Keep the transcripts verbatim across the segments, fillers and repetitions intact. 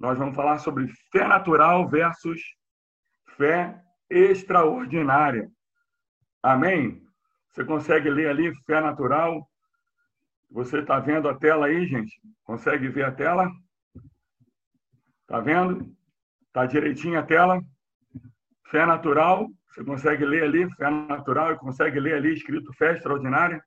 nós vamos falar sobre fé natural versus fé extraordinária. Amém? Você consegue ler ali fé natural? Você está vendo a tela aí, gente? Consegue ver a tela? Está vendo? Está direitinho a tela? Fé natural, você consegue ler ali fé natural e consegue ler ali escrito fé extraordinária?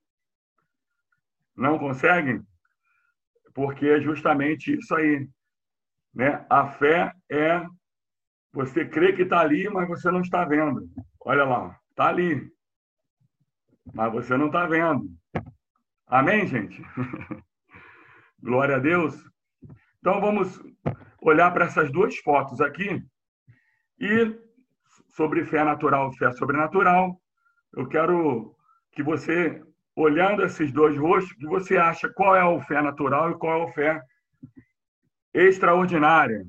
Não conseguem? Porque é justamente isso aí, né? A fé é você crê que está ali, mas você não está vendo. Olha lá, está ali, mas você não está vendo. Amém, gente? Glória a Deus. Então, vamos olhar para essas duas fotos aqui e sobre fé natural e fé sobrenatural. Eu quero que você, olhando esses dois rostos, que você acha qual é a fé natural e qual é a fé extraordinária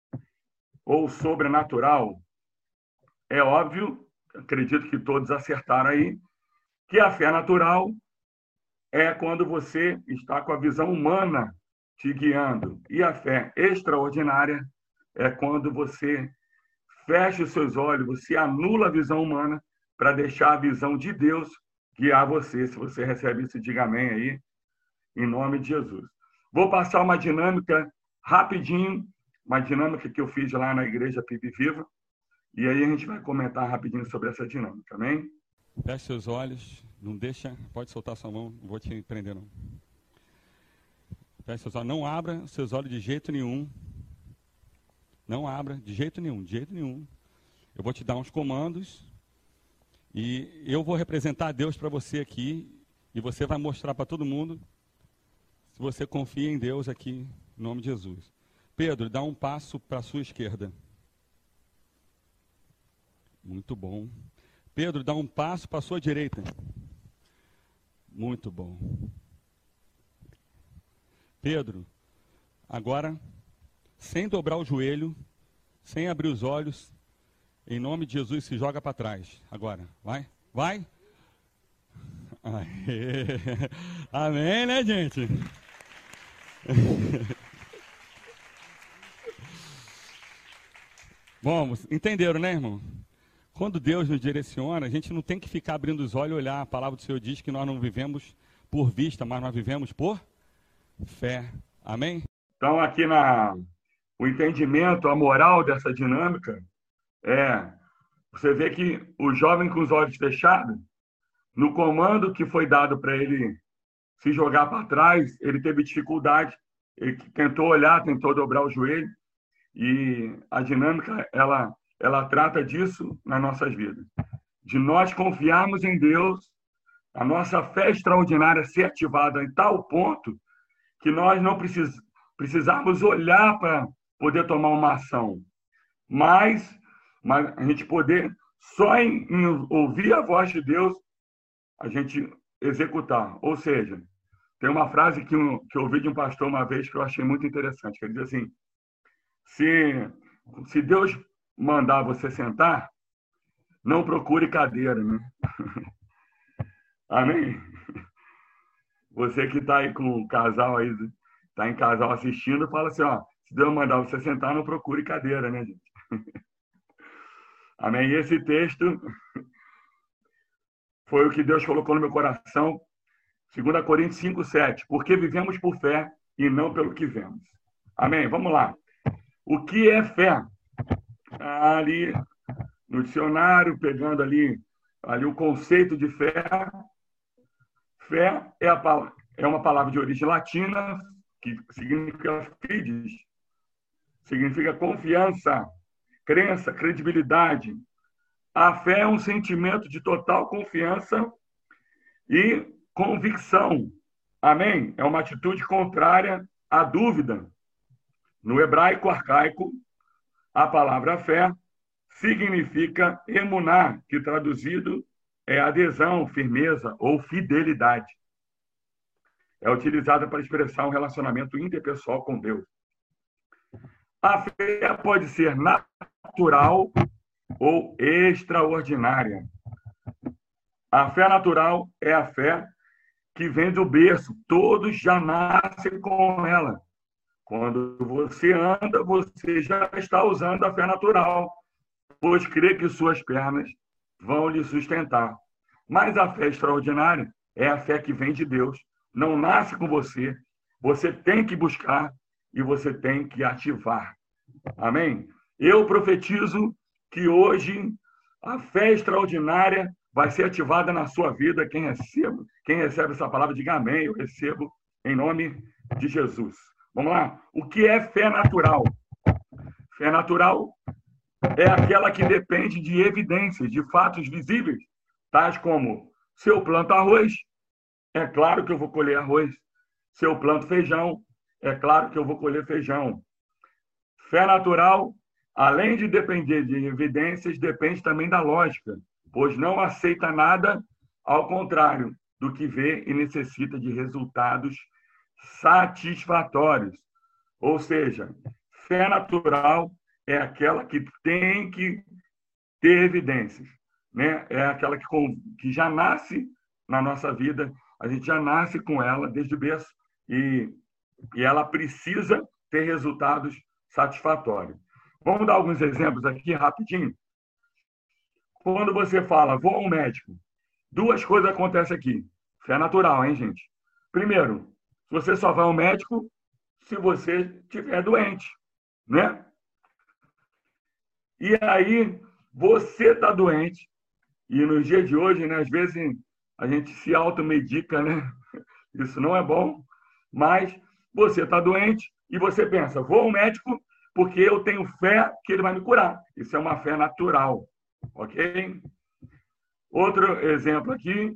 ou sobrenatural. É óbvio, acredito que todos acertaram aí, que a fé natural é quando você está com a visão humana te guiando. E a fé extraordinária é quando você fecha os seus olhos, você anula a visão humana para deixar a visão de Deus guiar você. Se você recebe isso, diga amém aí, em nome de Jesus. Vou passar uma dinâmica rapidinho, uma dinâmica que eu fiz lá na igreja P I B Viva, e aí a gente vai comentar rapidinho sobre essa dinâmica, amém? Feche seus olhos, não deixa, pode soltar sua mão, não vou te prender não. Feche seus olhos, não abra seus olhos de jeito nenhum. Não abra de jeito nenhum, de jeito nenhum. Eu vou te dar uns comandos e eu vou representar Deus para você aqui e você vai mostrar para todo mundo se você confia em Deus aqui, em nome de Jesus. Pedro, dá um passo para a sua esquerda. Muito bom. Pedro, dá um passo para a sua direita. Muito bom. Pedro, agora, sem dobrar o joelho, sem abrir os olhos, em nome de Jesus, se joga para trás. Agora, vai, vai. Aê. Amém, né, gente? Bom, entenderam, né, irmão? Quando Deus nos direciona, a gente não tem que ficar abrindo os olhos e olhar. A palavra do Senhor diz que nós não vivemos por vista, mas nós vivemos por fé. Amém? Então, aqui na o entendimento, a moral dessa dinâmica é, você vê que o jovem com os olhos fechados, no comando que foi dado para ele se jogar para trás, ele teve dificuldade, ele tentou olhar, tentou dobrar o joelho, e a dinâmica, ela, ela trata disso nas nossas vidas. De nós confiarmos em Deus, a nossa fé extraordinária ser ativada em tal ponto que nós não precis, precisarmos olhar para poder tomar uma ação, mas, mas a gente poder, só em, em ouvir a voz de Deus, a gente executar. Ou seja, tem uma frase que, um, que eu ouvi de um pastor uma vez que eu achei muito interessante, que ele diz assim, se, se Deus mandar você sentar, não procure cadeira, né? Amém? Você que está aí com o casal aí, está em casal assistindo, fala assim, ó, se Deus mandar você sentar, não procure cadeira, né, gente? Amém? E esse texto foi o que Deus colocou no meu coração, dois Coríntios cinco, sete, porque vivemos por fé e não pelo que vemos. Amém? Vamos lá. O que é fé? Ali no dicionário, pegando ali, ali o conceito de fé, fé é, a, é uma palavra de origem latina, que significa fides, significa confiança, crença, credibilidade. A fé é um sentimento de total confiança e convicção. Amém? É uma atitude contrária à dúvida. No hebraico arcaico, a palavra fé significa emuná, que traduzido é adesão, firmeza ou fidelidade. É utilizada para expressar um relacionamento interpessoal com Deus. A fé pode ser natural ou extraordinária. A fé natural é a fé que vem do berço. Todos já nascem com ela, Quando você anda, você já está usando a fé natural, pois crê que suas pernas vão lhe sustentar. Mas a fé extraordinária é a fé que vem de Deus, não nasce com você, você tem que buscar e você tem que ativar. Amém? Eu profetizo que hoje a fé extraordinária vai ser ativada na sua vida. Quem recebe, quem recebe essa palavra, diga amém. Eu recebo em nome de Jesus. Vamos lá. O que é fé natural? Fé natural é aquela que depende de evidências, de fatos visíveis, tais como: se eu planto arroz, é claro que eu vou colher arroz. Se eu planto feijão, é claro que eu vou colher feijão. Fé natural, além de depender de evidências, depende também da lógica, pois não aceita nada ao contrário do que vê e necessita de resultados satisfatórios. Ou seja, fé natural é aquela que tem que ter evidências, né? É aquela que, que já nasce na nossa vida, a gente já nasce com ela desde o berço e, e ela precisa ter resultados satisfatórios. Vamos dar alguns exemplos aqui rapidinho. Quando você fala, vou ao médico, duas coisas acontecem aqui. Fé natural, hein, gente? Primeiro, você só vai ao médico se você estiver doente, né? E aí, você está doente, e nos dias de hoje, né, às vezes a gente se automedica, né? Isso não é bom, mas você está doente e você pensa, vou ao médico porque eu tenho fé que ele vai me curar. Isso é uma fé natural, ok? Outro exemplo aqui.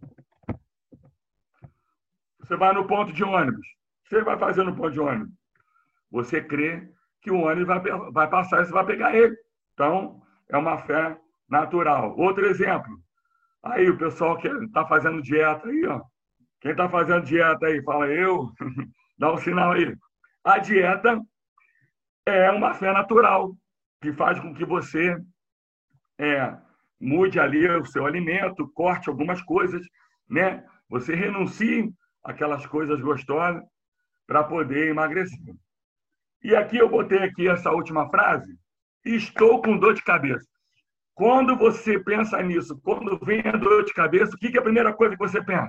Você vai no ponto de ônibus. O que você vai fazer no ponto de ônibus? Você crê que o ônibus vai, vai passar e você vai pegar ele. Então, é uma fé natural. Outro exemplo. Aí, o pessoal que está fazendo dieta aí, ó. Quem está fazendo dieta aí, fala eu. Dá um sinal aí. A dieta é uma fé natural, que faz com que você é, mude ali o seu alimento, corte algumas coisas, né? Você renuncie aquelas coisas gostosas para poder emagrecer. E aqui eu botei aqui essa última frase. Estou com dor de cabeça. Quando você pensa nisso, quando vem a dor de cabeça, o que é a primeira coisa que você pensa?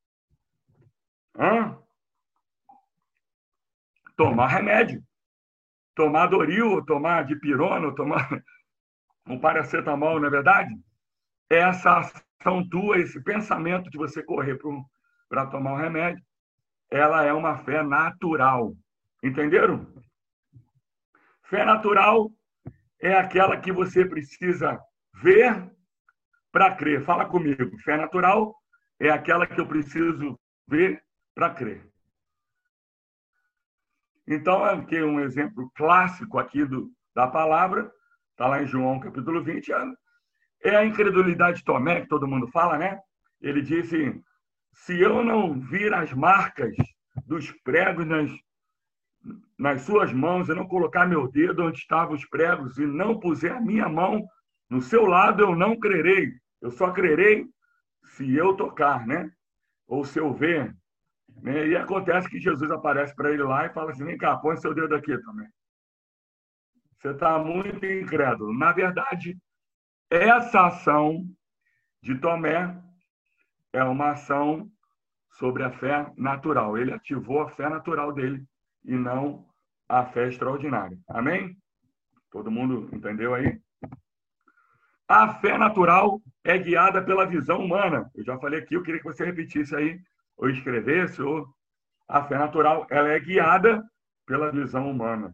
Hã? Tomar remédio. Tomar Doril, tomar dipirona, tomar um paracetamol, não é verdade? Essa ação tua, esse pensamento de você correr para tomar um remédio, ela é uma fé natural. Entenderam? Fé natural é aquela que você precisa ver para crer. Fala comigo. Fé natural é aquela que eu preciso ver para crer. Então, aqui um exemplo clássico aqui do, da palavra, está lá em João capítulo vinte, é a incredulidade de Tomé, que todo mundo fala, né? Ele disse, se eu não vir as marcas dos pregos nas, nas suas mãos, eu não colocar meu dedo onde estavam os pregos e não puser a minha mão no seu lado, eu não crerei. Eu só crerei se eu tocar, né? Ou se eu ver. Né? E acontece que Jesus aparece para ele lá e fala assim, vem cá, põe seu dedo aqui também. Você está muito incrédulo. Na verdade, essa ação de Tomé é uma ação sobre a fé natural. Ele ativou a fé natural dele e não a fé extraordinária. Amém? Todo mundo entendeu aí? A fé natural é guiada pela visão humana. Eu já falei aqui, eu queria que você repetisse aí, ou escrevesse, ou... A fé natural, ela é guiada pela visão humana.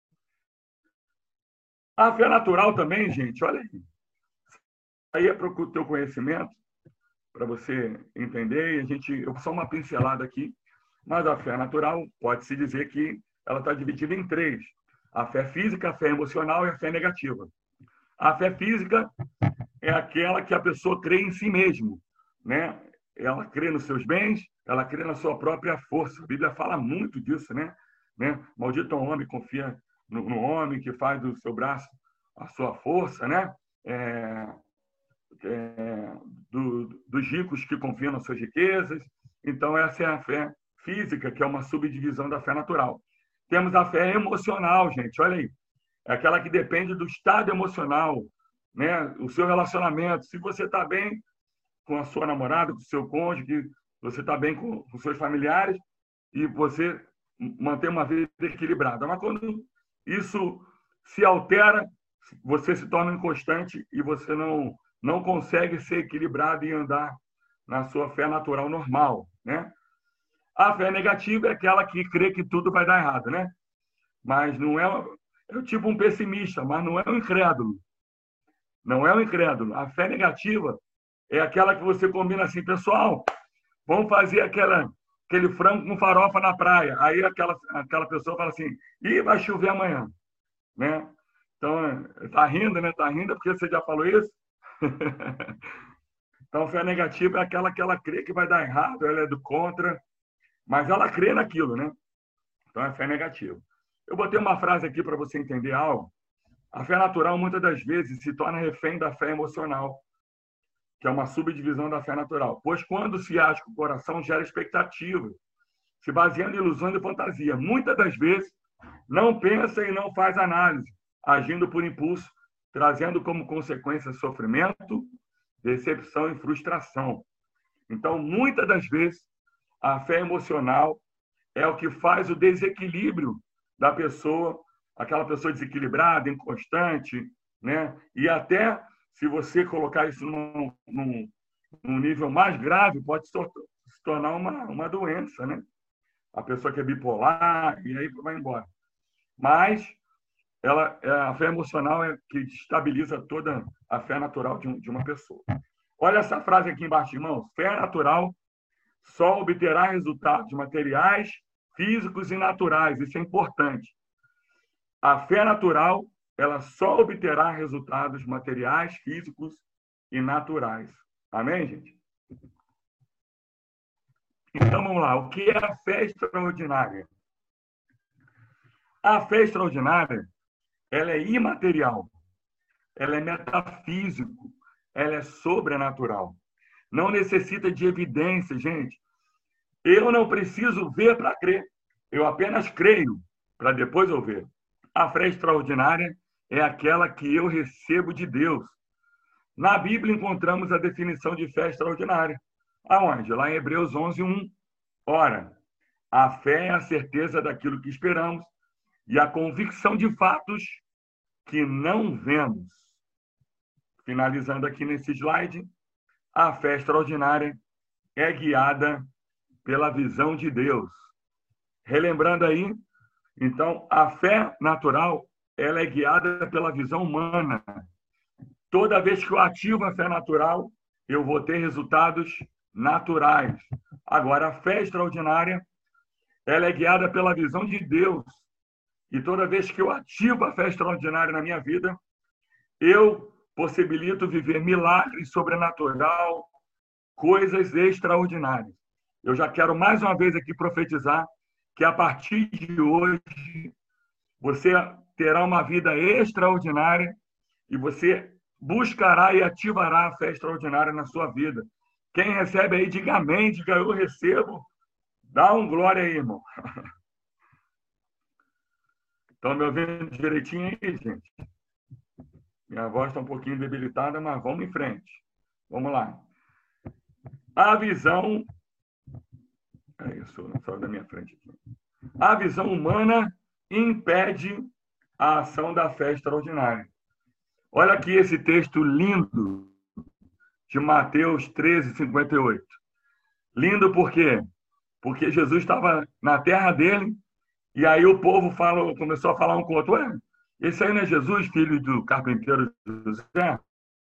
A fé natural também, gente, olha aí. Aí é para o teu conhecimento, para você entender, e a gente, eu só uma pincelada aqui, mas a fé natural pode-se dizer que ela está dividida em três. A fé física, a fé emocional e a fé negativa. A fé física é aquela que a pessoa crê em si mesmo, né? Ela crê nos seus bens, ela crê na sua própria força. A Bíblia fala muito disso, né? né? Maldito é o homem que confia no, no homem, que faz do seu braço a sua força, né? É, é, do, dos ricos que confiam nas suas riquezas. Então, essa é a fé física, que é uma subdivisão da fé natural. temos a fé emocional, gente. Olha aí. É aquela que depende do estado emocional, né? O seu relacionamento. Se você está bem com a sua namorada, com o seu cônjuge, você está bem com os seus familiares e você mantém uma vida equilibrada. Mas quando isso se altera, você se torna inconstante e você não, não consegue ser equilibrado e andar na sua fé natural normal, né? A fé negativa é aquela que crê que tudo vai dar errado, né? Mas não é... É tipo um pessimista, mas não é um incrédulo. Não é um incrédulo. A fé negativa é aquela que você combina assim, pessoal, vamos fazer aquela, aquele frango com farofa na praia. Aí aquela, aquela pessoa fala assim, ih, vai chover amanhã. Né? Então, tá rindo, né? Tá rindo porque você já falou isso? Então, a fé negativa é aquela que ela crê que vai dar errado, ela é do contra, mas ela crê naquilo, né? Então, é fé negativa. Eu botei uma frase aqui para você entender algo. A fé natural, muitas das vezes, se torna refém da fé emocional, que é uma subdivisão da fé natural. Pois quando se age com o coração, gera expectativa, se baseando em ilusões e fantasia. Muitas das vezes, não pensa e não faz análise, agindo por impulso, trazendo como consequência sofrimento, decepção e frustração. Então, muitas das vezes, a fé emocional é o que faz o desequilíbrio da pessoa, aquela pessoa desequilibrada, inconstante, né? E até, se você colocar isso num, num, num nível mais grave, pode se tornar uma, uma doença, né? A pessoa que é bipolar, e aí vai embora. Mas ela, a fé emocional é que estabiliza toda a fé natural de, um, de uma pessoa. Olha essa frase aqui embaixo, irmãos. Fé natural só obterá resultados materiais, físicos e naturais. Isso é importante. A fé natural, ela só obterá resultados materiais, físicos e naturais. Amém, gente? Então, vamos lá. O que é a fé extraordinária? A fé extraordinária, ela é imaterial. Ela é metafísico. Ela é sobrenatural. Não necessita de evidência, gente. Eu não preciso ver para crer. Eu apenas creio para depois eu ver. A fé extraordinária é aquela que eu recebo de Deus. Na Bíblia encontramos a definição de fé extraordinária. Aonde? Lá em Hebreus onze, um. Ora, a fé é a certeza daquilo que esperamos e a convicção de fatos que não vemos. Finalizando aqui nesse slide, a fé extraordinária é guiada pela visão de Deus. Relembrando aí, então, a fé natural, ela é guiada pela visão humana. Toda vez que eu ativo a fé natural, eu vou ter resultados naturais. Agora, a fé extraordinária, ela é guiada pela visão de Deus. E toda vez que eu ativo a fé extraordinária na minha vida, eu possibilito viver milagres sobrenatural, coisas extraordinárias. Eu já quero mais uma vez aqui profetizar que a partir de hoje você terá uma vida extraordinária e você buscará e ativará a fé extraordinária na sua vida. Quem recebe aí, diga amém, diga eu recebo. Dá um glória aí, irmão. Estão me ouvindo direitinho aí, gente? Minha voz está um pouquinho debilitada, mas vamos em frente. Vamos lá. A visão... É isso, só da minha frente aqui. A visão humana impede a ação da fé extraordinária. Olha aqui esse texto lindo de Mateus treze, cinquenta e oito. Lindo por quê? Porque Jesus estava na terra dele e aí o povo falou, começou a falar um com o outro. Ué, esse aí não é Jesus, filho do carpinteiro José?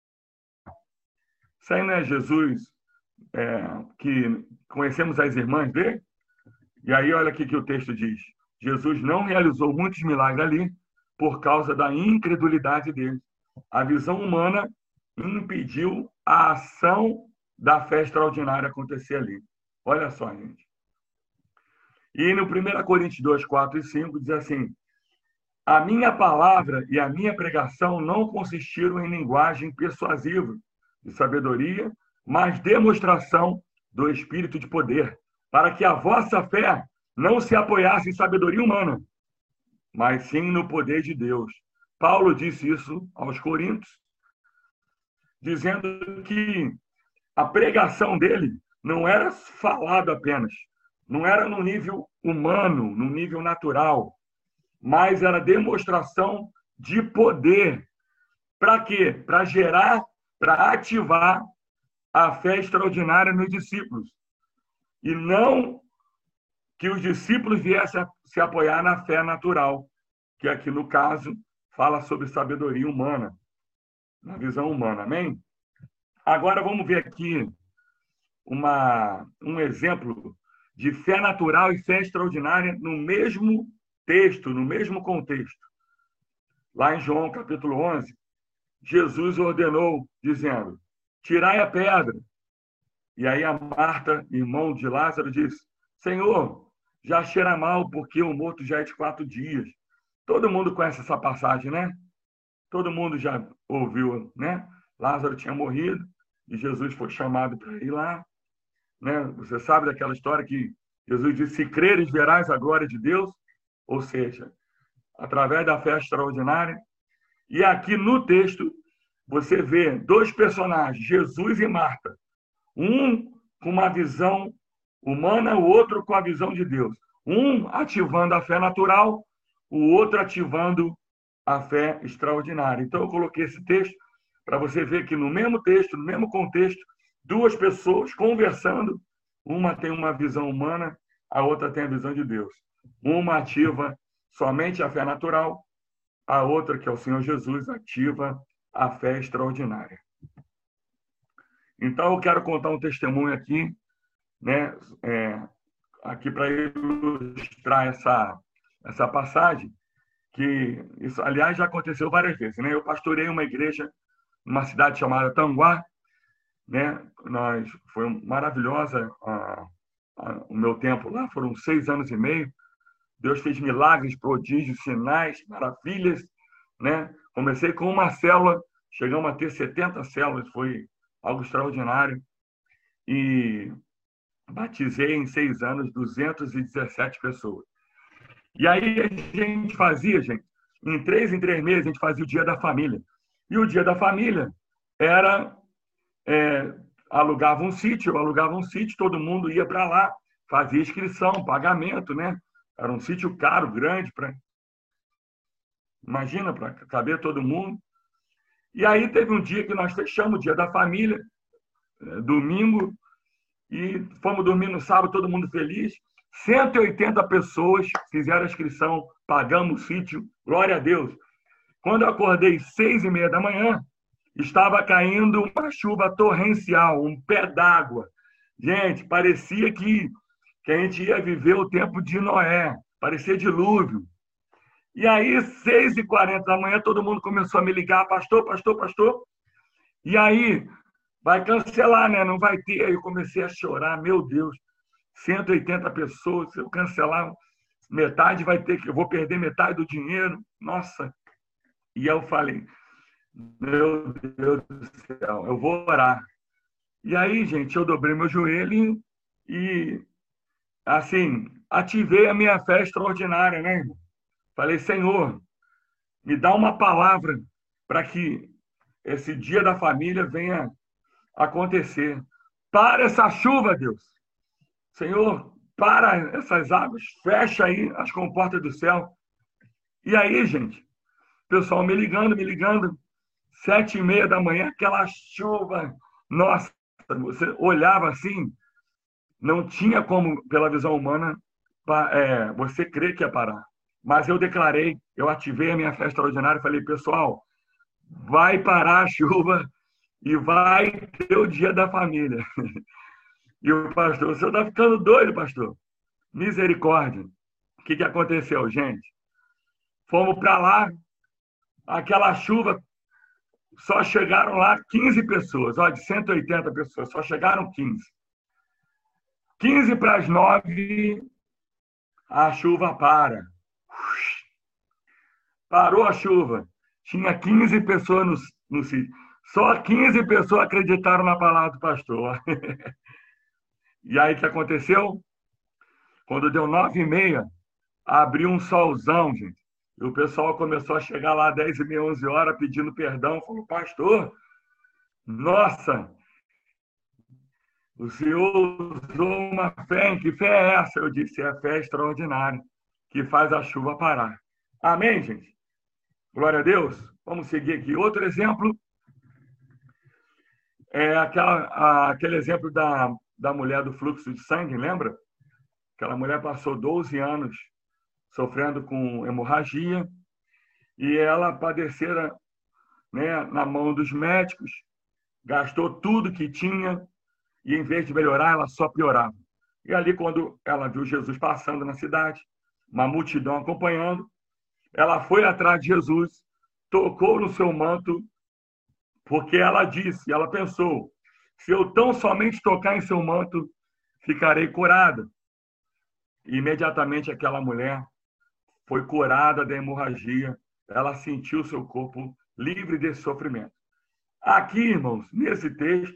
Esse aí não é Jesus é, que conhecemos as irmãs dele? E aí olha aqui que o texto diz. Jesus não realizou muitos milagres ali por causa da incredulidade dele. A visão humana impediu a ação da fé extraordinária acontecer ali. Olha só, gente. E no primeira Coríntios dois, quatro e cinco diz assim: a minha palavra e a minha pregação não consistiram em linguagem persuasiva de sabedoria, mas demonstração do Espírito de poder, para que a vossa fé não se apoiasse em sabedoria humana, mas sim no poder de Deus. Paulo disse isso aos Coríntios, dizendo que a pregação dele não era falado apenas, não era no nível humano, no nível natural, mas era demonstração de poder. Para quê? Para gerar, para ativar a fé extraordinária nos discípulos. E não que os discípulos viessem a se apoiar na fé natural, que aqui, no caso, fala sobre sabedoria humana, na visão humana. Amém? Agora vamos ver aqui uma, um exemplo de fé natural e fé extraordinária no mesmo texto, no mesmo contexto. Lá em João, capítulo onze, Jesus ordenou, dizendo, tirai a pedra. E aí a Marta, irmão de Lázaro, disse, Senhor, já cheira mal, porque o morto já é de quatro dias. Todo mundo conhece essa passagem, né? Todo mundo já ouviu, né? Lázaro tinha morrido e Jesus foi chamado para ir lá. Né? Você sabe daquela história que Jesus disse, se creres, verás a glória de Deus. Ou seja, através da fé extraordinária. E aqui no texto, você vê dois personagens, Jesus e Marta. Um com uma visão humana, o outro com a visão de Deus. Um ativando a fé natural, o outro ativando a fé extraordinária. Então, eu coloquei esse texto para você ver que no mesmo texto, no mesmo contexto, duas pessoas conversando, uma tem uma visão humana, a outra tem a visão de Deus. Uma ativa somente a fé natural, a outra, que é o Senhor Jesus, ativa a fé extraordinária. Então, eu quero contar um testemunho aqui, né, é, aqui para ilustrar essa, essa passagem, que isso, aliás, já aconteceu várias vezes. Né? Eu pastorei uma igreja numa cidade chamada Tanguá, né? Nós, foi maravilhosa a, a, o meu tempo lá, foram seis anos e meio. Deus fez milagres, prodígios, sinais, maravilhas. Né? Comecei com uma célula, chegamos a ter setenta células, foi algo extraordinário. E batizei em seis anos duzentas e dezessete pessoas. E aí a gente fazia, gente, em três em três meses, a gente fazia o Dia da Família. E o Dia da Família era, é, alugava um sítio, alugava um sítio, todo mundo ia para lá, fazia inscrição, pagamento, né? Era um sítio caro, grande, para imagina, para caber todo mundo. E aí teve um dia que nós fechamos o Dia da Família, domingo, e fomos dormir no sábado, todo mundo feliz. cento e oitenta pessoas fizeram a inscrição, pagamos o sítio, glória a Deus. Quando eu acordei seis e meia da manhã, estava caindo uma chuva torrencial, um pé d'água. Gente, parecia que, que a gente ia viver o tempo de Noé, parecia dilúvio. E aí, seis e quarenta da manhã, todo mundo começou a me ligar, pastor, pastor, pastor. E aí, vai cancelar, né? Não vai ter. Aí eu comecei a chorar, meu Deus, cento e oitenta pessoas, se eu cancelar metade, vai ter que, eu vou perder metade do dinheiro. Nossa. E eu falei, meu Deus do céu, eu vou orar. E aí, gente, eu dobrei meu joelho e, assim, ativei a minha fé extraordinária, né, irmão? Falei, Senhor, me dá uma palavra para que esse Dia da Família venha acontecer. Para essa chuva, Deus. Senhor, para essas águas, fecha aí as comportas do céu. E aí, gente, o pessoal me ligando, me ligando, sete e meia da manhã, aquela chuva, nossa, você olhava assim, não tinha como, pela visão humana, é, você crer que ia parar. Mas eu declarei, eu ativei a minha fé extraordinária e falei, pessoal, vai parar a chuva e vai ter o Dia da Família. E o pastor, você está ficando doido, pastor? Misericórdia. O que, que aconteceu, gente? Fomos para lá, aquela chuva, só chegaram lá quinze pessoas, ó, de cento e oitenta pessoas, só chegaram quinze. quinze para as nove, a chuva para. Parou a chuva. Tinha quinze pessoas no, no sítio. Só quinze pessoas acreditaram na palavra do pastor. E aí, o que aconteceu? Quando deu nove e meia, abriu um solzão, gente. E o pessoal começou a chegar lá às dez e meia, onze horas, pedindo perdão. Falou, pastor, nossa, o senhor usou uma fé, que fé é essa? Eu disse, é a fé extraordinária, que faz a chuva parar. Amém, gente? Glória a Deus. Vamos seguir aqui. Outro exemplo é aquela, a, aquele exemplo da, da mulher do fluxo de sangue, lembra? Aquela mulher passou doze anos sofrendo com hemorragia e ela padecera, né, na mão dos médicos, gastou tudo que tinha e, em vez de melhorar, ela só piorava. E ali, quando ela viu Jesus passando na cidade, uma multidão acompanhando, ela foi atrás de Jesus, tocou no seu manto, porque ela disse, ela pensou, se eu tão somente tocar em seu manto, ficarei curada. E, imediatamente aquela mulher foi curada da hemorragia, ela sentiu seu corpo livre desse sofrimento. Aqui, irmãos, nesse texto,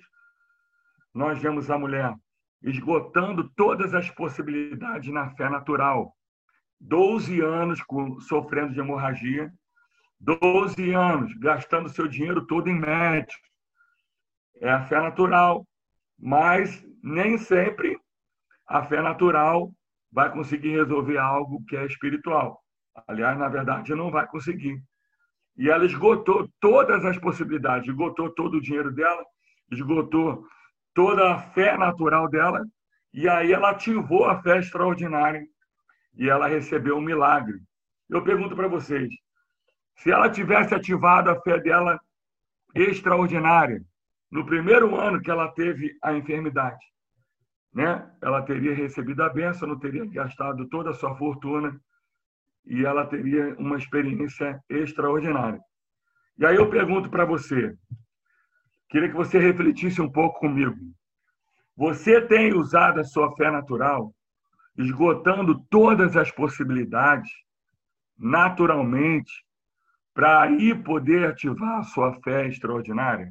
nós vemos a mulher esgotando todas as possibilidades na fé natural. doze anos com, sofrendo de hemorragia, doze anos gastando seu dinheiro todo em médico. É a fé natural, mas nem sempre a fé natural vai conseguir resolver algo que é espiritual. Aliás, na verdade, não vai conseguir. E ela esgotou todas as possibilidades, esgotou todo o dinheiro dela, esgotou toda a fé natural dela, e aí ela ativou a fé extraordinária e ela recebeu um milagre. Eu pergunto para vocês, se ela tivesse ativado a fé dela extraordinária no primeiro ano que ela teve a enfermidade, né? Ela teria recebido a bênção, não teria gastado toda a sua fortuna e ela teria uma experiência extraordinária. E aí eu pergunto para você, queria que você refletisse um pouco comigo. Você tem usado a sua fé natural, esgotando todas as possibilidades, naturalmente, para aí poder ativar a sua fé extraordinária?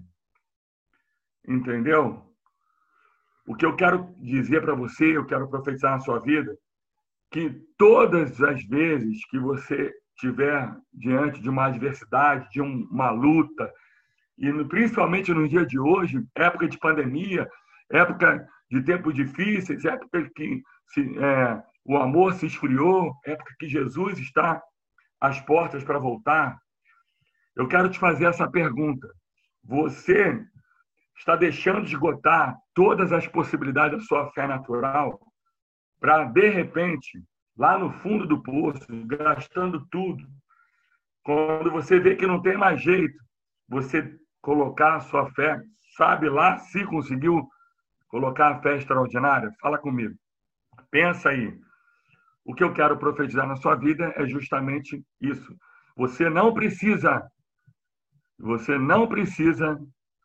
Entendeu? O que eu quero dizer para você, eu quero profetizar na sua vida, que todas as vezes que você estiver diante de uma adversidade, de uma luta, e principalmente no dia de hoje, época de pandemia, época de tempos difíceis, época que se, é, o amor se esfriou, época que Jesus está às portas para voltar, eu quero te fazer essa pergunta. Você está deixando de esgotar todas as possibilidades da sua fé natural para, de repente, lá no fundo do poço, gastando tudo, quando você vê que não tem mais jeito, você colocar a sua fé, sabe lá se conseguiu colocar a fé extraordinária? Fala comigo. Pensa aí. O que eu quero profetizar na sua vida é justamente isso. Você não precisa, você não precisa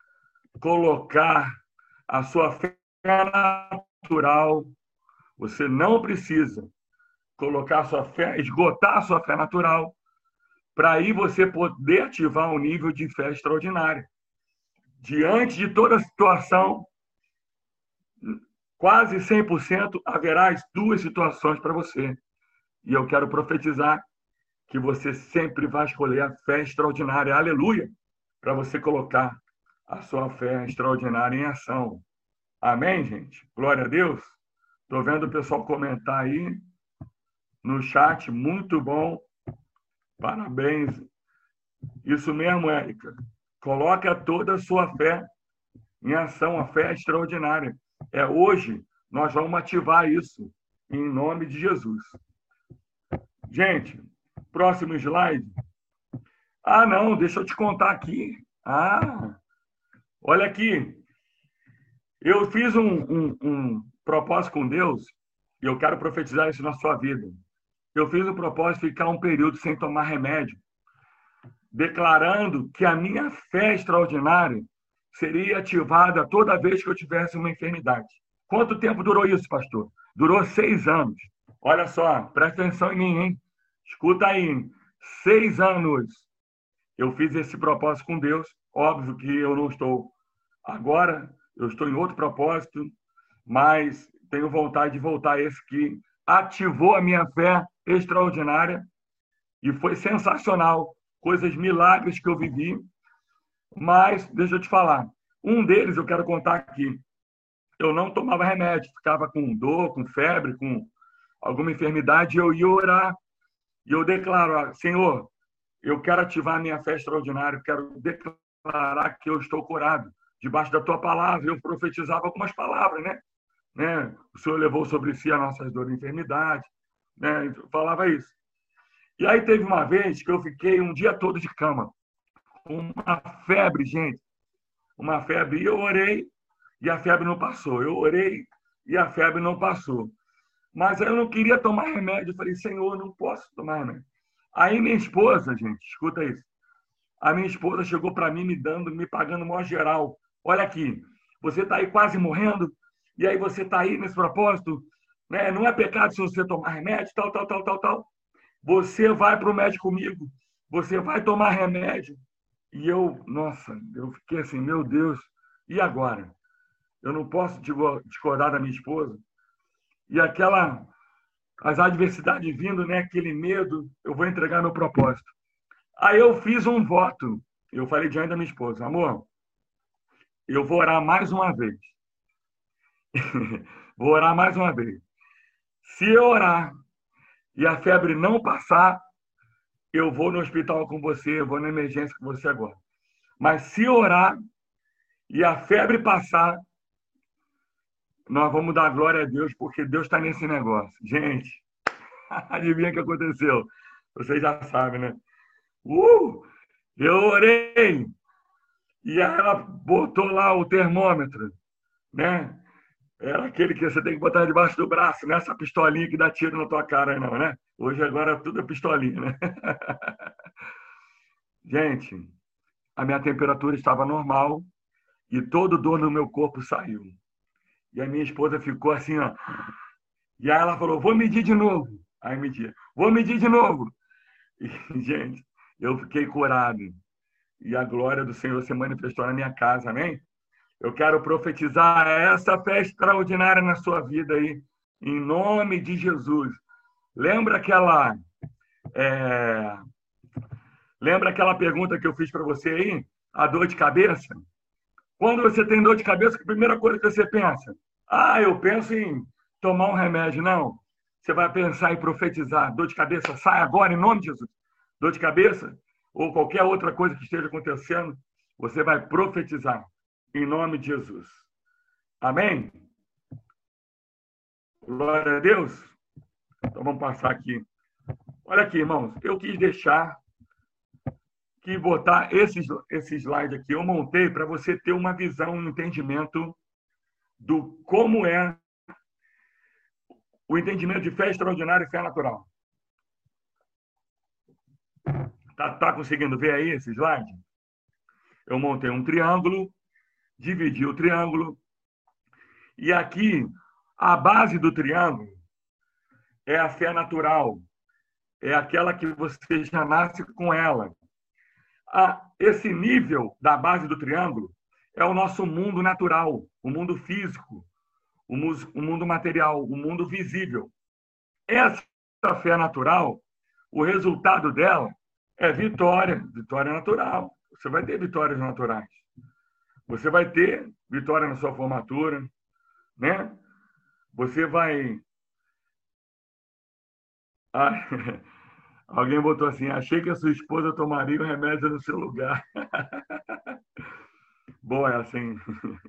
colocar a sua fé natural, você não precisa colocar a sua fé, esgotar a sua fé natural, para aí você poder ativar um nível de fé extraordinária. Diante de toda a situação, quase cem por cento haverá as duas situações para você. E eu quero profetizar que você sempre vai escolher a fé extraordinária, aleluia, para você colocar a sua fé extraordinária em ação. Amém, gente? Glória a Deus. Estou vendo o pessoal comentar aí no chat, muito bom. Parabéns. Isso mesmo, Érica. Coloca toda a sua fé em ação, a fé extraordinária. É hoje, nós vamos ativar isso, em nome de Jesus. Gente, próximo slide. Ah, não, deixa eu te contar aqui. Ah, olha aqui. Eu fiz um, um, um propósito com Deus, e eu quero profetizar isso na sua vida. Eu fiz um propósito de ficar um período sem tomar remédio, declarando que a minha fé extraordinária seria ativada toda vez que eu tivesse uma enfermidade. Quanto tempo durou isso, pastor? Durou seis anos. Olha só, presta atenção em mim, hein? Escuta aí. Seis anos eu fiz esse propósito com Deus. Óbvio que eu não estou agora, eu estou em outro propósito, mas tenho vontade de voltar a esse que ativou a minha fé extraordinária E foi sensacional. Coisas, milagres que eu vivi. Mas, deixa eu te falar, um deles eu quero contar aqui. Eu não tomava remédio, ficava com dor, com febre, com alguma enfermidade, eu ia orar. E eu declaro, Senhor, eu quero ativar a minha fé extraordinária, eu quero declarar que eu estou curado. Debaixo da tua palavra, eu profetizava algumas palavras, né? né? O Senhor levou sobre si as nossas dores e enfermidades, né? Eu falava isso. E aí teve uma vez que eu fiquei um dia todo de cama, com uma febre, gente, uma febre, e eu orei, e a febre não passou. Eu orei, e a febre não passou. Mas eu não queria tomar remédio. Eu falei, Senhor, não posso tomar remédio. Aí minha esposa, gente, escuta isso. A minha esposa chegou para mim me dando, me pagando maior geral. Olha aqui, você está aí quase morrendo, e aí você está aí nesse propósito, né? Não é pecado se você tomar remédio, tal, tal, tal, tal, tal. Você vai para o médico comigo, você vai tomar remédio. E eu, nossa, eu fiquei assim, meu Deus, e agora? Eu não posso discordar da minha esposa. E aquela, as adversidades vindo, né? Aquele medo, eu vou entregar meu propósito. Aí eu fiz um voto. Eu falei diante da minha esposa, amor, eu vou orar mais uma vez. Vou orar mais uma vez. Se eu orar e a febre não passar, eu vou no hospital com você, eu vou na emergência com você agora. Mas se orar e a febre passar, nós vamos dar glória a Deus, porque Deus está nesse negócio. Gente, adivinha o que aconteceu? Vocês já sabem, né? Uh, eu orei e ela botou lá o termômetro, né? Era aquele que você tem que botar debaixo do braço, né? Essa pistolinha que dá tiro na tua cara, não, né? Hoje agora tudo é pistolinha, né? Gente, a minha temperatura estava normal e todo dor no meu corpo saiu. E a minha esposa ficou assim, ó. E aí ela falou, vou medir de novo. Aí media, vou medir de novo. E, gente, eu fiquei curado. E a glória do Senhor se manifestou na minha casa, amém? Eu quero profetizar essa fé extraordinária na sua vida aí, em nome de Jesus. Lembra aquela, é... Lembra aquela pergunta que eu fiz para você aí? A dor de cabeça? Quando você tem dor de cabeça, a primeira coisa que você pensa? Ah, eu penso em tomar um remédio. Não. Você vai pensar em profetizar. Dor de cabeça, sai agora, em nome de Jesus. Dor de cabeça, ou qualquer outra coisa que esteja acontecendo, você vai profetizar. Em nome de Jesus. Amém? Glória a Deus. Então vamos passar aqui. Olha aqui, irmãos. Eu quis deixar que botar esse, esse slide aqui. Eu montei para você ter uma visão, um entendimento do como é o entendimento de fé extraordinária e fé natural. Tá, tá conseguindo ver aí esse slide? Eu montei um triângulo. Dividir o triângulo. E aqui, a base do triângulo é a fé natural. É aquela que você já nasce com ela. Ah, esse nível da base do triângulo é o nosso mundo natural, o mundo físico, o mundo material, o mundo visível. Essa fé natural, o resultado dela é vitória, vitória natural. Você vai ter vitórias naturais. Você vai ter vitória na sua formatura, né? Você vai... Ah, alguém botou assim, achei que a sua esposa tomaria o remédio no seu lugar. Boa, é assim.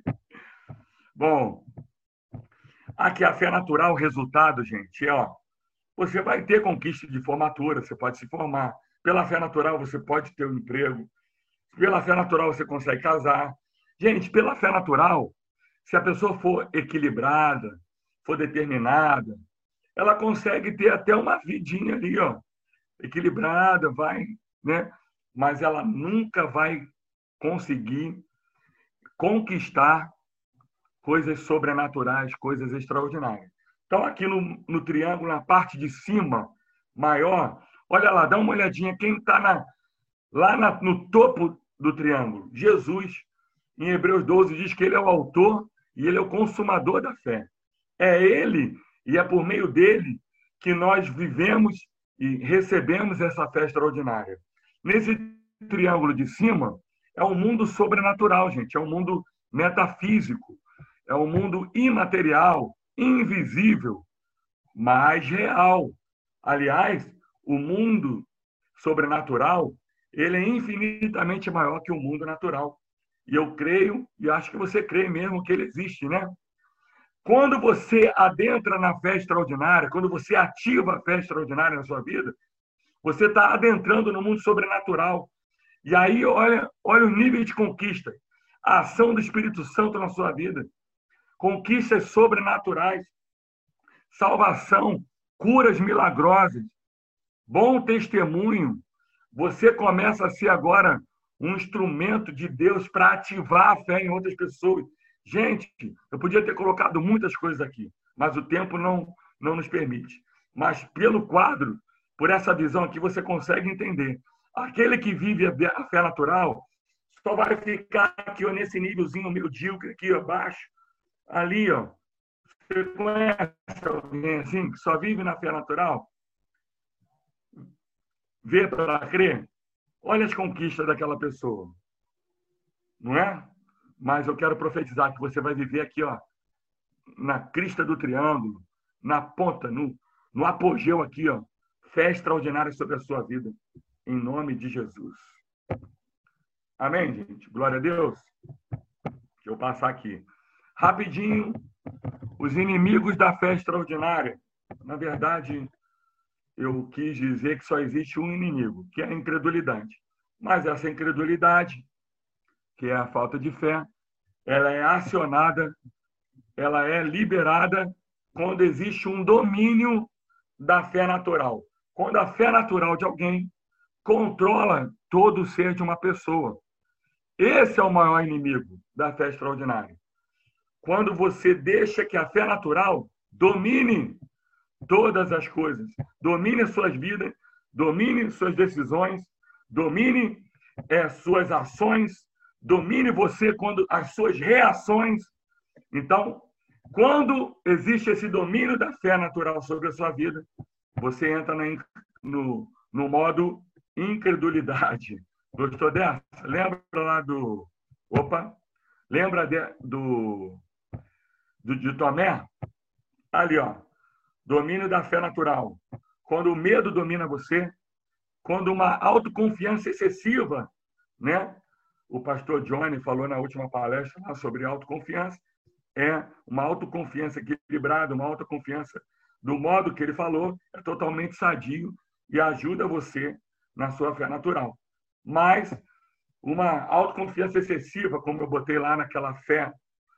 Bom, aqui a fé natural, o resultado, gente, é, ó, você vai ter conquista de formatura, você pode se formar. Pela fé natural, você pode ter um emprego. Pela fé natural, você consegue casar. Gente, pela fé natural, se a pessoa for equilibrada, for determinada, ela consegue ter até uma vidinha ali, ó, equilibrada, vai, né? Mas ela nunca vai conseguir conquistar coisas sobrenaturais, coisas extraordinárias. Então, aqui no, no triângulo, na parte de cima, maior, olha lá, dá uma olhadinha, quem está lá na, no topo do triângulo? Jesus. Em Hebreus doze diz que ele é o autor e ele é o consumador da fé. É ele e é por meio dele que nós vivemos e recebemos essa fé extraordinária. Nesse triângulo de cima, é um mundo sobrenatural, gente. É um mundo metafísico. É um mundo imaterial, invisível, mas real. Aliás, o mundo sobrenatural, ele é infinitamente maior que o mundo natural. E eu creio, e acho que você crê mesmo que ele existe, né? Quando você adentra na fé extraordinária, quando você ativa a fé extraordinária na sua vida, você está adentrando no mundo sobrenatural. E aí, olha, olha o nível de conquista. A ação do Espírito Santo na sua vida. Conquistas sobrenaturais. Salvação, curas milagrosas. Bom testemunho. Você começa a ser agora um instrumento de Deus para ativar a fé em outras pessoas. Gente, eu podia ter colocado muitas coisas aqui, mas o tempo não, não nos permite. Mas pelo quadro, por essa visão aqui, você consegue entender. Aquele que vive a fé natural só vai ficar aqui ó, nesse nívelzinho medíocre, aqui abaixo, ali, ó. Você conhece alguém assim, que só vive na fé natural? Vê para crer? Olha as conquistas daquela pessoa. Não é? Mas eu quero profetizar que você vai viver aqui, ó, na crista do triângulo, na ponta, no, no apogeu aqui, ó, fé extraordinária sobre a sua vida. Em nome de Jesus. Amém, gente? Glória a Deus. Deixa eu passar aqui. Rapidinho, os inimigos da fé extraordinária. Na verdade, eu quis dizer que só existe um inimigo, que é a incredulidade. Mas essa incredulidade, que é a falta de fé, ela é acionada, ela é liberada quando existe um domínio da fé natural. Quando a fé natural de alguém controla todo o ser de uma pessoa. Esse é o maior inimigo da fé extraordinária. Quando você deixa que a fé natural domine todas as coisas, domine suas vidas, domine suas decisões, domine é, suas ações, domine você quando as suas reações. Então, quando existe esse domínio da fé natural sobre a sua vida, você entra na, no, no modo incredulidade. Gostou dessa? Lembra lá do... Opa! Lembra de, do, do, de Tomé? Ali, ó. Domínio da fé natural. Quando o medo domina você, quando uma autoconfiança excessiva, né? O pastor Johnny falou na última palestra lá sobre autoconfiança. É uma autoconfiança equilibrada, uma autoconfiança do modo que ele falou, é totalmente sadio e ajuda você na sua fé natural. Mas uma autoconfiança excessiva, como eu botei lá naquela fé,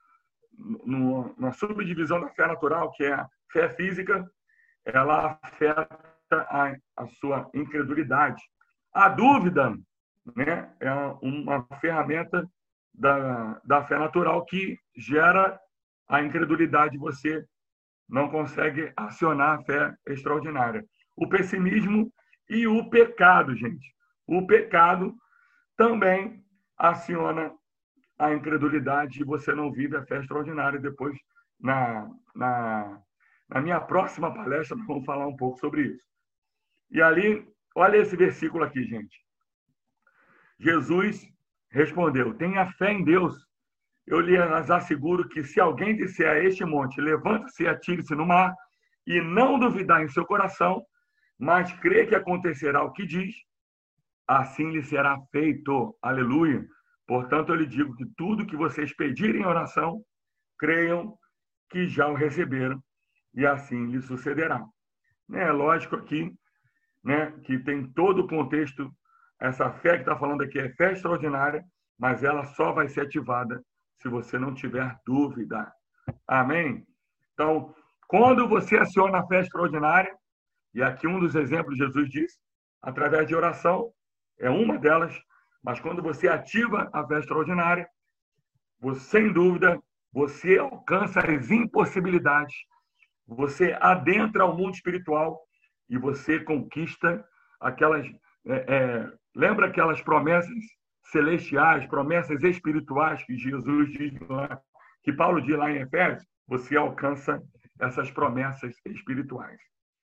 no, na subdivisão da fé natural, que é a fé física, ela afeta a, a sua incredulidade. A dúvida, né, é uma ferramenta da, da fé natural que gera a incredulidade. Você não consegue acionar a fé extraordinária. O pessimismo e o pecado, gente. O pecado também aciona a incredulidade e você não vive a fé extraordinária. Depois, na, na, na minha próxima palestra, nós vamos falar um pouco sobre isso. E ali, olha esse versículo aqui, gente. Jesus respondeu: tenha fé em Deus. Eu lhes asseguro que se alguém disser a este monte, levanta-se e atire-se no mar, e não duvidar em seu coração, mas crê que acontecerá o que diz, assim lhe será feito. Aleluia. Portanto, eu lhe digo que tudo que vocês pedirem em oração, creiam que já o receberam, e assim lhe sucederá. É lógico aqui, né, que tem todo o contexto. Essa fé que está falando aqui é fé extraordinária, mas ela só vai ser ativada se você não tiver dúvida. Amém? Então, quando você aciona a fé extraordinária, e aqui um dos exemplos Jesus diz, através de oração, é uma delas, mas quando você ativa a fé extraordinária, você, sem dúvida, você alcança as impossibilidades, você adentra o mundo espiritual e você conquista aquelas... É, é, lembra aquelas promessas celestiais, promessas espirituais que Jesus diz lá, que Paulo diz lá em Efésios? Você alcança essas promessas espirituais.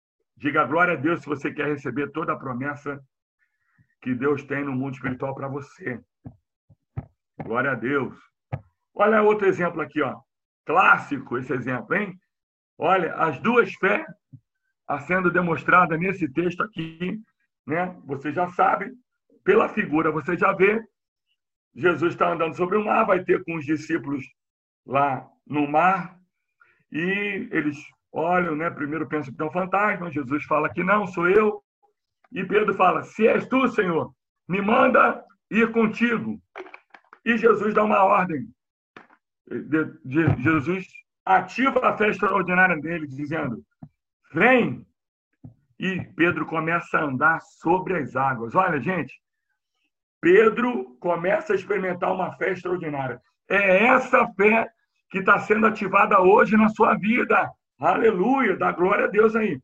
Diga glória a Deus se você quer receber toda a promessa que Deus tem no mundo espiritual para você. Glória a Deus. Olha outro exemplo aqui, ó. Clássico esse exemplo, hein? Olha, as duas fés a sendo demonstrada nesse texto aqui, né? Você já sabe, pela figura você já vê. Jesus está andando sobre o mar, vai ter com os discípulos lá no mar, e eles olham, né? Primeiro pensam que é um fantasma, Jesus fala que não, sou eu. E Pedro fala, se és tu, Senhor, me manda ir contigo. E Jesus dá uma ordem. De, de, Jesus ativa a fé extraordinária dele, dizendo, vem. E Pedro começa a andar sobre as águas. Olha, gente, Pedro começa a experimentar uma fé extraordinária. É essa fé que está sendo ativada hoje na sua vida. Aleluia, dá glória a Deus aí.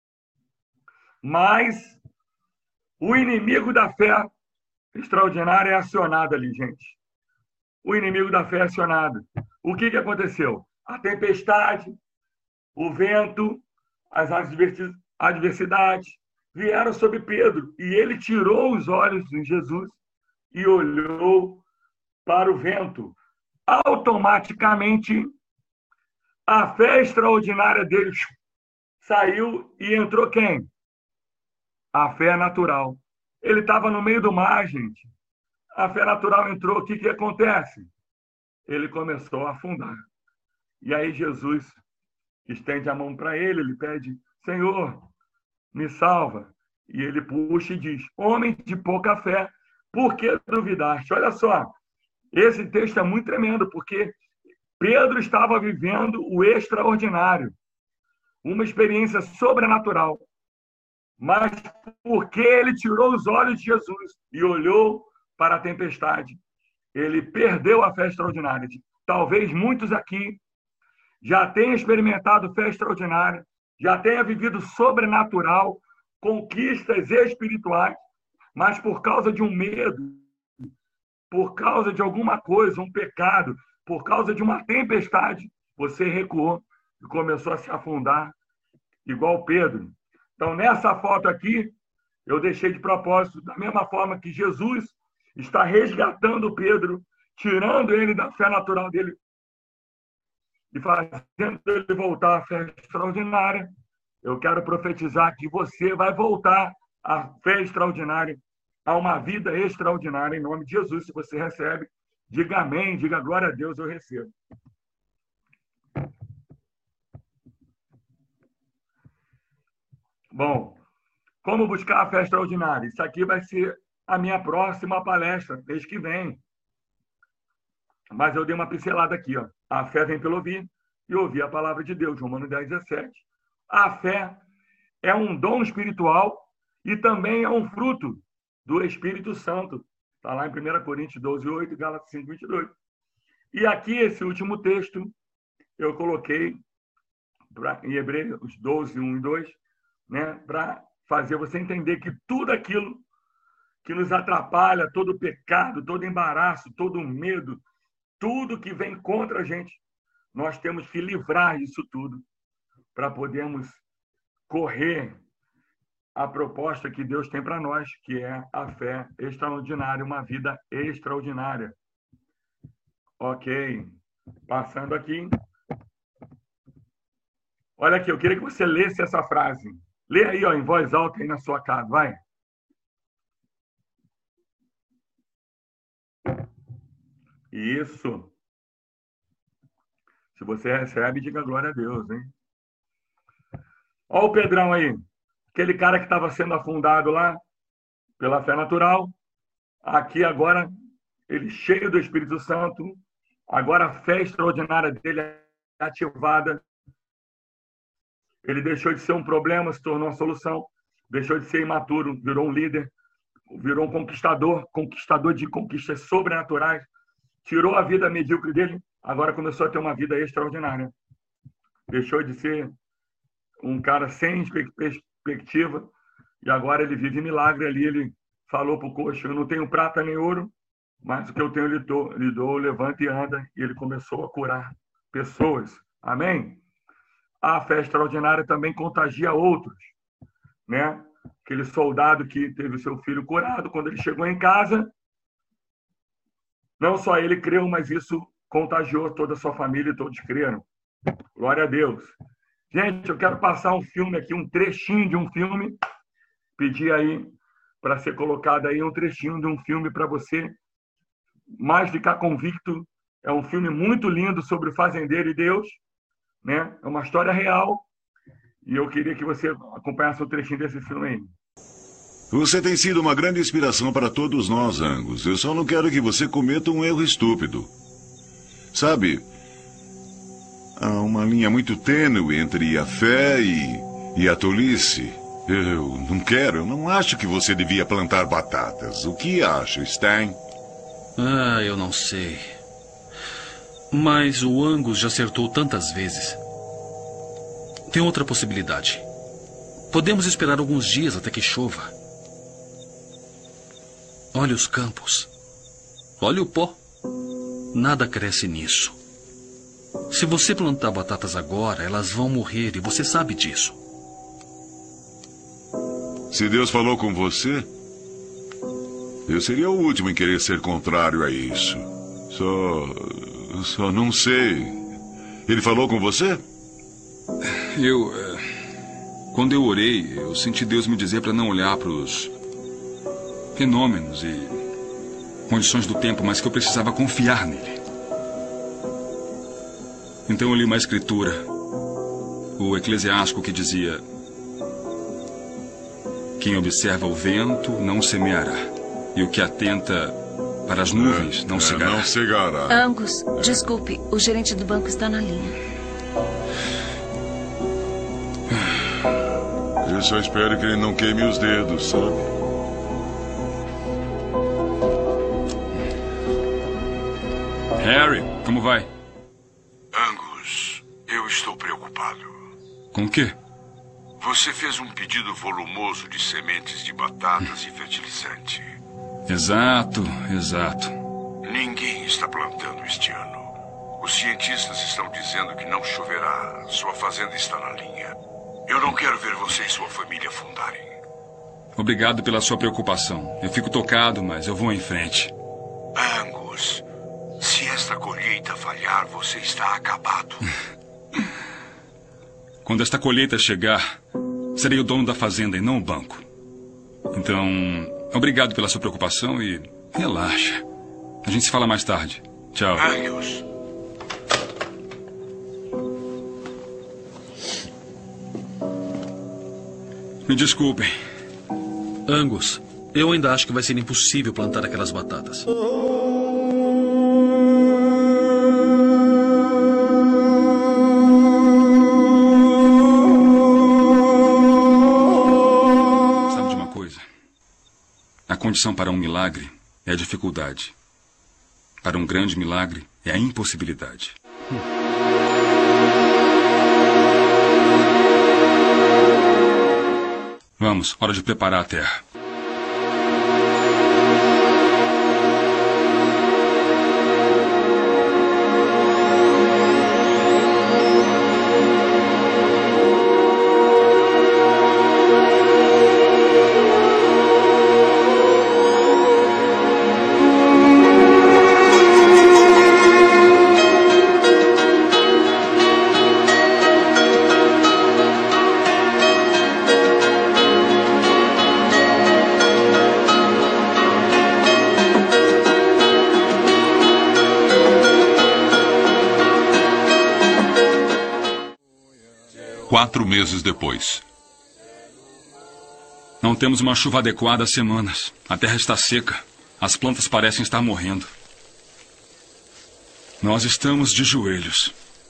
Mas o inimigo da fé extraordinária é acionado ali, gente. O inimigo da fé é acionado. O que, que aconteceu? A tempestade, o vento, as adversidades vieram sobre Pedro. E ele tirou os olhos de Jesus e olhou para o vento. Automaticamente, a fé extraordinária dele saiu e entrou quem? A fé natural. Ele estava no meio do mar, gente. A fé natural entrou. O que, que acontece? Ele começou a afundar. E aí Jesus estende a mão para ele, ele pede, Senhor, me salva. E ele puxa e diz, homem de pouca fé, por que duvidaste? Olha só, esse texto é muito tremendo, porque Pedro estava vivendo o extraordinário, uma experiência sobrenatural. Mas porque ele tirou os olhos de Jesus e olhou para a tempestade, ele perdeu a fé extraordinária. Talvez muitos aqui já tenham experimentado fé extraordinária, já tenham vivido sobrenatural, conquistas espirituais, mas por causa de um medo, por causa de alguma coisa, um pecado, por causa de uma tempestade, você recuou e começou a se afundar, igual Pedro. Então, nessa foto aqui, eu deixei de propósito, da mesma forma que Jesus está resgatando Pedro, tirando ele da fé natural dele e fazendo ele voltar à fé extraordinária. Eu quero profetizar que você vai voltar à fé extraordinária, a uma vida extraordinária, em nome de Jesus. Se você recebe, diga amém, diga glória a Deus, eu recebo. Bom, como buscar a fé extraordinária? Isso aqui vai ser a minha próxima palestra, mês que vem. Mas eu dei uma pincelada aqui, ó. A fé vem pelo ouvir e ouvir a palavra de Deus, Romanos dez, dezessete. A fé é um dom espiritual e também é um fruto do Espírito Santo. Está lá em primeira Coríntios doze, oito e Gálatas cinco, vinte e dois. E aqui, esse último texto, eu coloquei pra, em Hebreus doze, um e dois, né, para fazer você entender que tudo aquilo que nos atrapalha, todo o pecado, todo o embaraço, todo o medo, tudo que vem contra a gente, nós temos que livrar isso tudo para podermos correr a proposta que Deus tem para nós, que é a fé extraordinária, uma vida extraordinária. Ok. Passando aqui. Olha aqui, eu queria que você lesse essa frase. Lê aí, ó, em voz alta aí na sua casa, vai. Isso. Se você recebe, diga glória a Deus, hein? Olha o Pedrão aí. Aquele cara que estava sendo afundado lá pela fé natural. Aqui agora, ele cheio do Espírito Santo. Agora a fé extraordinária dele é ativada. Ele deixou de ser um problema, se tornou uma solução. Deixou de ser imaturo, virou um líder. Virou um conquistador, conquistador de conquistas sobrenaturais. Tirou a vida medíocre dele, agora começou a ter uma vida extraordinária. Deixou de ser um cara sem perspectiva e agora ele vive milagre ali. Ele falou para o coxo, eu não tenho prata nem ouro, mas o que eu tenho lhe dou, lhe dou, levanta e anda. E ele começou a curar pessoas. Amém? A fé extraordinária também contagia outros. né? Aquele soldado que teve o seu filho curado, quando ele chegou em casa, não só ele creu, mas isso contagiou toda a sua família e todos creram. Glória a Deus. Gente, eu quero passar um filme aqui, um trechinho de um filme, pedir aí para ser colocado aí um trechinho de um filme para você mais ficar convicto. É um filme muito lindo sobre o fazendeiro e Deus, né? É uma história real. E eu queria que você acompanhasse um trechinho desse filme aí. Você tem sido uma grande inspiração para todos nós, Angus. Eu só não quero que você cometa um erro estúpido. Sabe, há uma linha muito tênue entre a fé e, e a tolice. Eu não quero, eu não acho que você devia plantar batatas. O que acha, Stein? Ah, eu não sei. Mas o Angus já acertou tantas vezes. Tem outra possibilidade. Podemos esperar alguns dias até que chova. Olha os campos. Olha o pó. Nada cresce nisso. Se você plantar batatas agora, elas vão morrer e você sabe disso. Se Deus falou com você, eu seria o último em querer ser contrário a isso. Só... só não sei. Ele falou com você? Eu... Quando eu orei, eu senti Deus me dizer para não olhar para os fenômenos e condições do tempo, mas que eu precisava confiar nele. Então eu li uma escritura, o Eclesiástico, que dizia: quem observa o vento não semeará, e o que atenta para as nuvens não é, cegará. Não cegará. Angus, desculpe, o gerente do banco está na linha. Eu só espero que ele não queime os dedos, sabe? Harry, como vai? Angus, eu estou preocupado. Com o quê? Você fez um pedido volumoso de sementes de batatas e fertilizante. Exato, exato. Ninguém está plantando este ano. Os cientistas estão dizendo que não choverá. Sua fazenda está na linha. Eu não quero ver você e sua família afundarem. Obrigado pela sua preocupação. Eu fico tocado, mas eu vou em frente. Angus, se esta colheita falhar, você está acabado. Quando esta colheita chegar, serei o dono da fazenda e não o banco. Então, obrigado pela sua preocupação e relaxa. A gente se fala mais tarde. Tchau. Angus. Me desculpem. Angus, eu ainda acho que vai ser impossível plantar aquelas batatas. A condição para um milagre é a dificuldade. Para um grande milagre é a impossibilidade. Hum. Vamos, hora de preparar a terra. Quatro meses depois. Não temos uma chuva adequada há semanas. A terra está seca. As plantas parecem estar morrendo. Nós estamos de joelhos.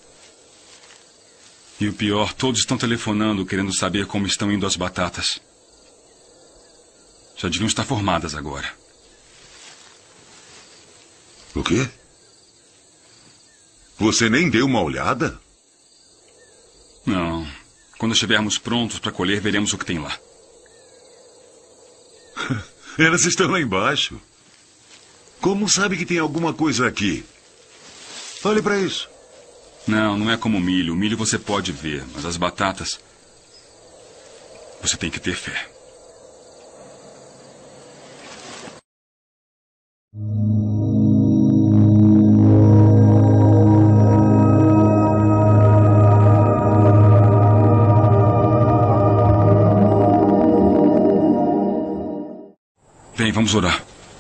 E o pior, todos estão telefonando, querendo saber como estão indo as batatas. Já deviam estar formadas agora. O quê? Você nem deu uma olhada? Não. Quando estivermos prontos para colher, veremos o que tem lá. Elas estão lá embaixo. Como sabe que tem alguma coisa aqui? Olhe para isso. Não, não é como o milho. O milho você pode ver, mas as batatas... Você tem que ter fé. Bem, vamos orar.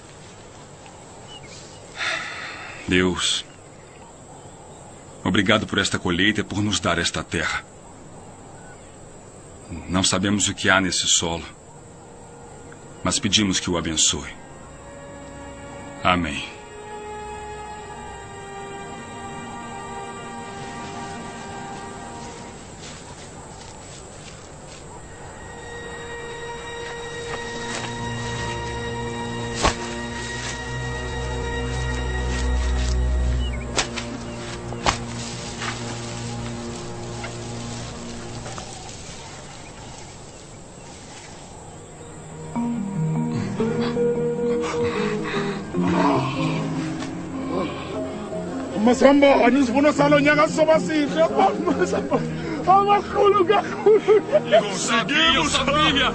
Deus, obrigado por esta colheita e por nos dar esta terra. Não sabemos o que há nesse solo, mas pedimos que o abençoe. Amém. Masamba, nisivuno salo nyaka soba sihle. Masamba, amakhulu kakhulu. Conseguimos, família!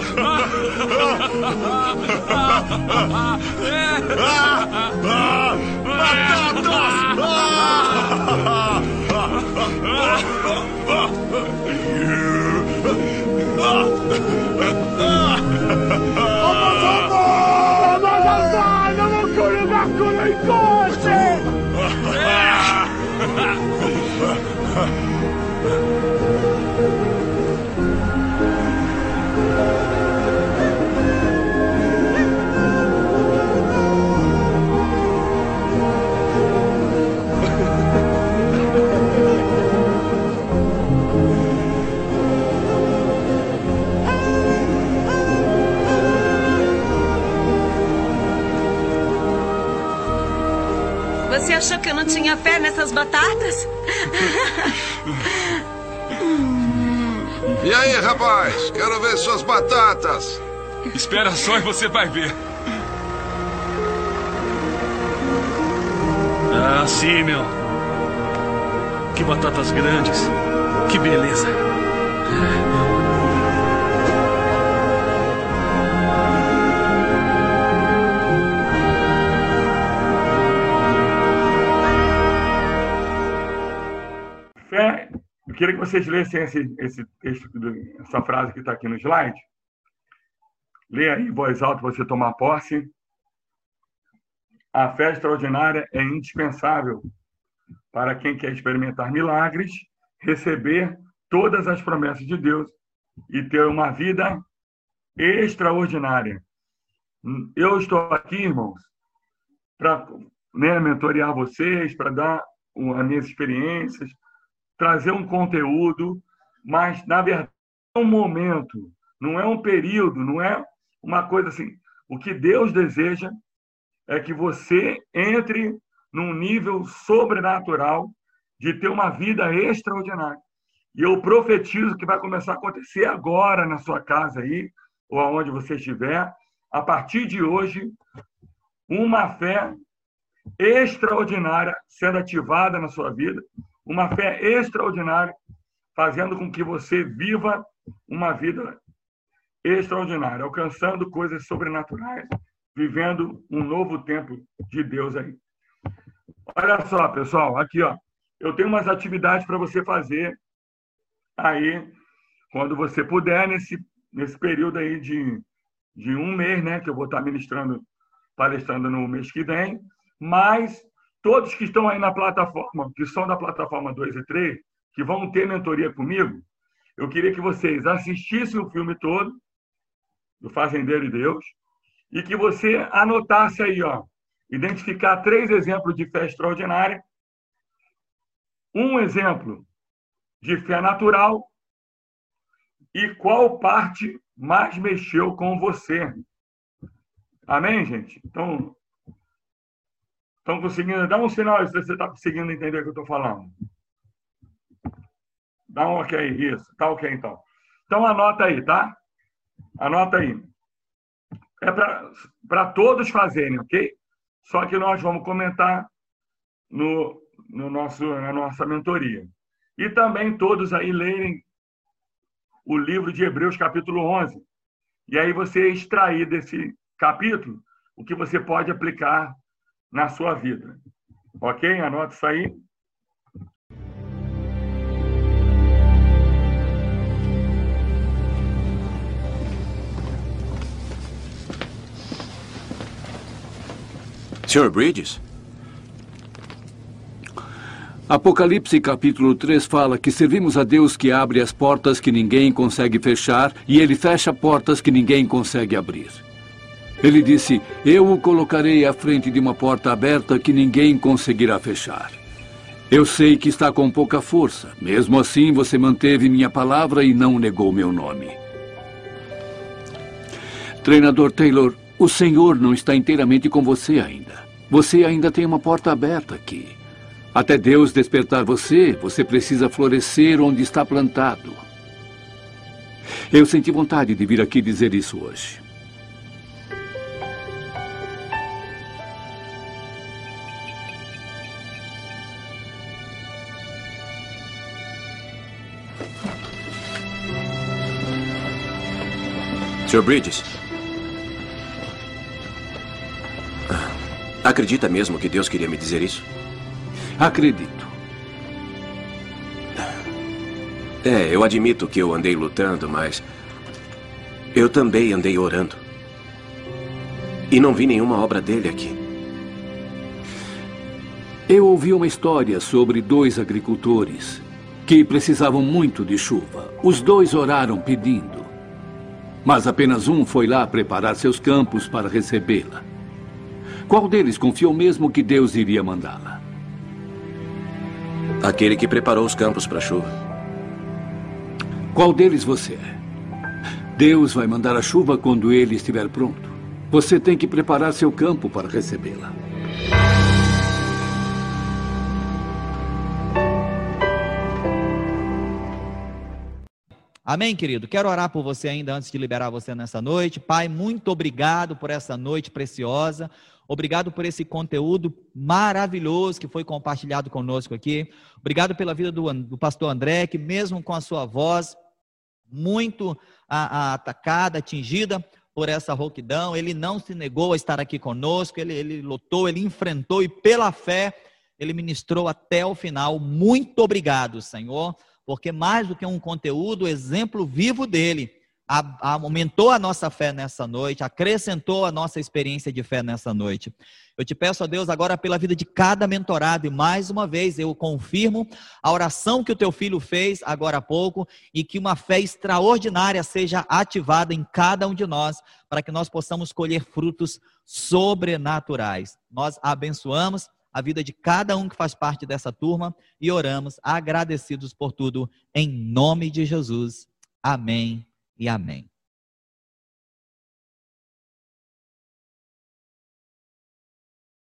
Você achou que eu não tinha fé nessas batatas? E aí, rapaz? Quero ver suas batatas. Espera só e você vai ver. Ah, sim, meu. Que batatas grandes. Que beleza. Fé, eu queria que vocês lessem esse, esse texto, essa frase que está aqui no slide. Leia aí em voz alta para você tomar posse. A fé extraordinária é indispensável para quem quer experimentar milagres, receber todas as promessas de Deus e ter uma vida extraordinária. Eu estou aqui, irmãos, para, né, mentorear vocês, para dar as minhas experiências, trazer um conteúdo, mas, na verdade, é um momento, não é um período, não é uma coisa assim. O que Deus deseja é que você entre num nível sobrenatural de ter uma vida extraordinária. E eu profetizo que vai começar a acontecer agora na sua casa aí, ou aonde você estiver, a partir de hoje, uma fé extraordinária sendo ativada na sua vida, uma fé extraordinária fazendo com que você viva uma vida extraordinária, alcançando coisas sobrenaturais, vivendo um novo tempo de Deus aí. Olha só, pessoal, aqui, ó, eu tenho umas atividades para você fazer aí, quando você puder, nesse, nesse período aí de, de um mês, né, que eu vou estar ministrando, palestrando no mês que vem, mas todos que estão aí na plataforma, que são da plataforma dois e três, que vão ter mentoria comigo, eu queria que vocês assistissem o filme todo, do Fazendeiro e Deus, e que você anotasse aí, ó, identificar três exemplos de fé extraordinária, um exemplo de fé natural e qual parte mais mexeu com você. Amém, gente? Então, estão conseguindo? Dá um sinal se você está conseguindo entender o que eu estou falando. Dá um ok, isso. Tá ok, então. Então, anota aí, tá? Anota aí. É para todos fazerem, ok? Só que nós vamos comentar no, no nosso, na nossa mentoria. E também todos aí lerem o livro de Hebreus, capítulo onze. E aí você extrair desse capítulo o que você pode aplicar na sua vida. Ok? Anota isso aí. senhor Bridges? Apocalipse capítulo três fala que servimos a Deus que abre as portas que ninguém consegue fechar e Ele fecha portas que ninguém consegue abrir. Ele disse, eu o colocarei à frente de uma porta aberta que ninguém conseguirá fechar. Eu sei que está com pouca força. Mesmo assim, você manteve minha palavra e não negou meu nome. Treinador Taylor, o Senhor não está inteiramente com você ainda. Você ainda tem uma porta aberta aqui. Até Deus despertar você, você precisa florescer onde está plantado. Eu senti vontade de vir aqui dizer isso hoje. senhor Bridges, acredita mesmo que Deus queria me dizer isso? Acredito. É, eu admito que eu andei lutando, mas eu também andei orando. E não vi nenhuma obra dele aqui. Eu ouvi uma história sobre dois agricultores que precisavam muito de chuva. Os dois oraram pedindo, mas apenas um foi lá preparar seus campos para recebê-la. Qual deles confiou mesmo que Deus iria mandá-la? Aquele que preparou os campos para a chuva. Qual deles você é? Deus vai mandar a chuva quando ele estiver pronto. Você tem que preparar seu campo para recebê-la. Amém, querido? Quero orar por você ainda antes de liberar você nessa noite. Pai, muito obrigado por essa noite preciosa. Obrigado por esse conteúdo maravilhoso que foi compartilhado conosco aqui. Obrigado pela vida do, do pastor André, que mesmo com a sua voz muito a, a, atacada, atingida por essa rouquidão, ele não se negou a estar aqui conosco, ele, ele lutou, ele enfrentou e pela fé ele ministrou até o final. Muito obrigado, Senhor, porque mais do que um conteúdo, o exemplo vivo dele A, a, aumentou a nossa fé nessa noite, acrescentou a nossa experiência de fé nessa noite. Eu te peço a Deus agora pela vida de cada mentorado, e mais uma vez eu confirmo a oração que o teu filho fez agora há pouco, e que uma fé extraordinária seja ativada em cada um de nós, para que nós possamos colher frutos sobrenaturais. Nós abençoamos a vida de cada um que faz parte dessa turma, e oramos agradecidos por tudo, em nome de Jesus. Amém. E amém.